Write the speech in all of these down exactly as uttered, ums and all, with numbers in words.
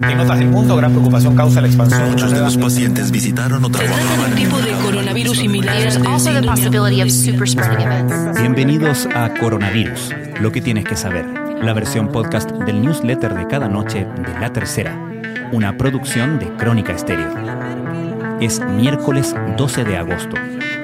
En otras del mundo, gran preocupación causa la expansión. Muchos de los pacientes visitaron o trabajaban un tipo de coronavirus similar. Bienvenidos a Coronavirus, lo que tienes que saber, la versión podcast del newsletter de cada noche de La Tercera, una producción de Crónica Estéreo. Es miércoles doce de agosto.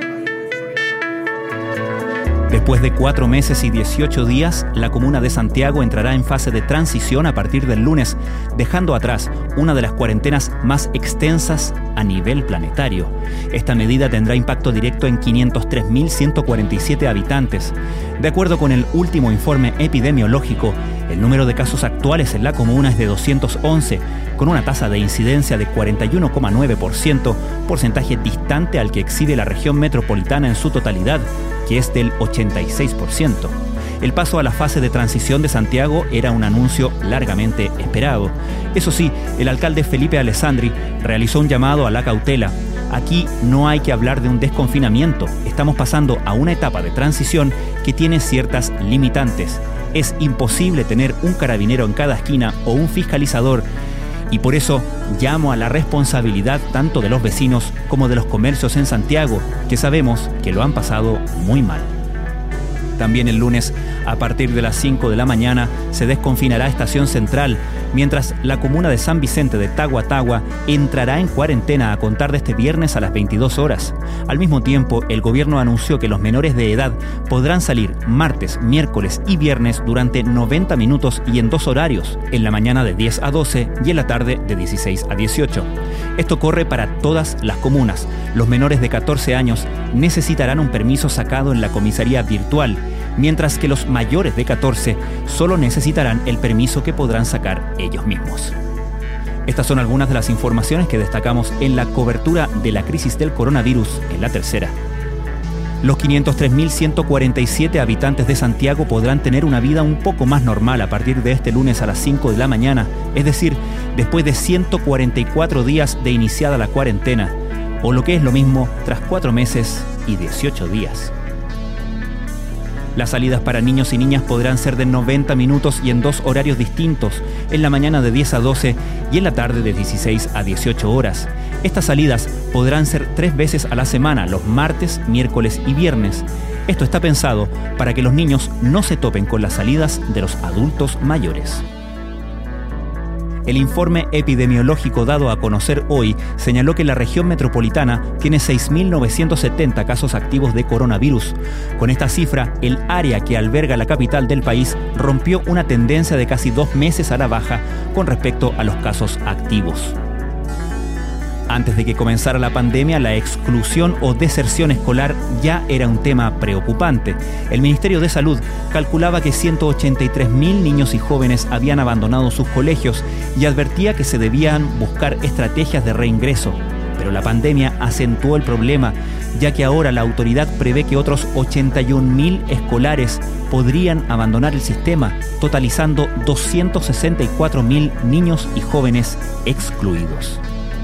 Después de cuatro meses y dieciocho días, la comuna de Santiago entrará en fase de transición a partir del lunes, dejando atrás una de las cuarentenas más extensas a nivel planetario. Esta medida tendrá impacto directo en quinientos tres mil ciento cuarenta y siete habitantes. De acuerdo con el último informe epidemiológico, el número de casos actuales en la comuna es de doscientos once, con una tasa de incidencia de cuarenta y uno coma nueve por ciento, porcentaje distante al que exhibe la región metropolitana en su totalidad, que es del ochenta y seis por ciento. El paso a la fase de transición de Santiago era un anuncio largamente esperado. Eso sí, el alcalde Felipe Alessandri realizó un llamado a la cautela. Aquí no hay que hablar de un desconfinamiento. Estamos pasando a una etapa de transición que tiene ciertas limitantes. Es imposible tener un carabinero en cada esquina o un fiscalizador. Y por eso llamo a la responsabilidad tanto de los vecinos como de los comercios en Santiago, que sabemos que lo han pasado muy mal. También el lunes, a partir de las cinco de la mañana, se desconfinará Estación Central, mientras la comuna de San Vicente de Tagua Tagua entrará en cuarentena a contar de este viernes a las veintidós horas. Al mismo tiempo, el gobierno anunció que los menores de edad podrán salir martes, miércoles y viernes durante noventa minutos y en dos horarios, en la mañana de diez a doce y en la tarde de dieciséis a dieciocho. Esto corre para todas las comunas. Los menores de catorce años necesitarán un permiso sacado en la comisaría virtual, mientras que los mayores de catorce solo necesitarán el permiso que podrán sacar ellos mismos. Estas son algunas de las informaciones que destacamos en la cobertura de la crisis del coronavirus en La Tercera. Los quinientos tres mil ciento cuarenta y siete habitantes de Santiago podrán tener una vida un poco más normal a partir de este lunes a las cinco de la mañana, es decir, después de ciento cuarenta y cuatro días de iniciada la cuarentena, o lo que es lo mismo, tras cuatro meses y dieciocho días. Las salidas para niños y niñas podrán ser de noventa minutos y en dos horarios distintos, en la mañana de diez a doce y en la tarde de dieciséis a dieciocho horas. Estas salidas podrán ser tres veces a la semana, los martes, miércoles y viernes. Esto está pensado para que los niños no se topen con las salidas de los adultos mayores. El informe epidemiológico dado a conocer hoy señaló que la región metropolitana tiene seis mil novecientos setenta casos activos de coronavirus. Con esta cifra, el área que alberga la capital del país rompió una tendencia de casi dos meses a la baja con respecto a los casos activos. Antes de que comenzara la pandemia, la exclusión o deserción escolar ya era un tema preocupante. El Ministerio de Salud calculaba que ciento ochenta y tres mil niños y jóvenes habían abandonado sus colegios y advertía que se debían buscar estrategias de reingreso. Pero la pandemia acentuó el problema, ya que ahora la autoridad prevé que otros ochenta y un mil escolares podrían abandonar el sistema, totalizando doscientos sesenta y cuatro mil niños y jóvenes excluidos.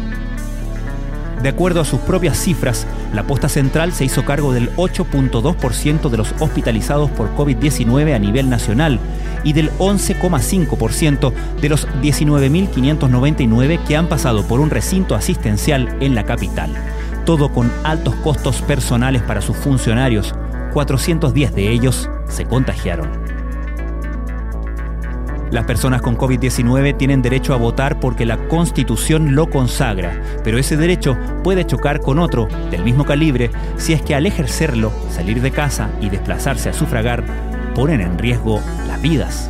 De acuerdo a sus propias cifras, la posta central se hizo cargo del ocho punto dos por ciento de los hospitalizados por covid diecinueve a nivel nacional y del once coma cinco por ciento de los diecinueve mil quinientos noventa y nueve que han pasado por un recinto asistencial en la capital. Todo con altos costos personales para sus funcionarios. cuatrocientos diez de ellos se contagiaron. Las personas con covid diecinueve tienen derecho a votar porque la Constitución lo consagra, pero ese derecho puede chocar con otro del mismo calibre si es que al ejercerlo, salir de casa y desplazarse a sufragar ponen en riesgo las vidas.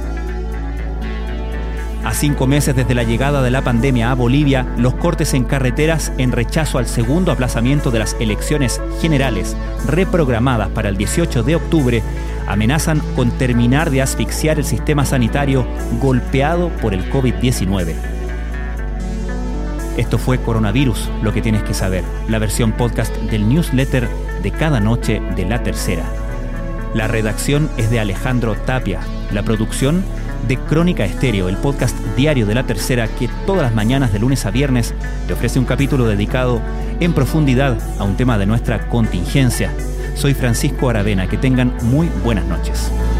A cinco meses desde la llegada de la pandemia a Bolivia, los cortes en carreteras en rechazo al segundo aplazamiento de las elecciones generales reprogramadas para el dieciocho de octubre amenazan con terminar de asfixiar el sistema sanitario golpeado por el covid diecinueve. Esto fue Coronavirus, lo que tienes que saber, la versión podcast del newsletter de cada noche de La Tercera. La redacción es de Alejandro Tapia, la producción de Crónica Estéreo, el podcast diario de La Tercera que todas las mañanas de lunes a viernes te ofrece un capítulo dedicado en profundidad a un tema de nuestra contingencia. Soy Francisco Aravena, que tengan muy buenas noches.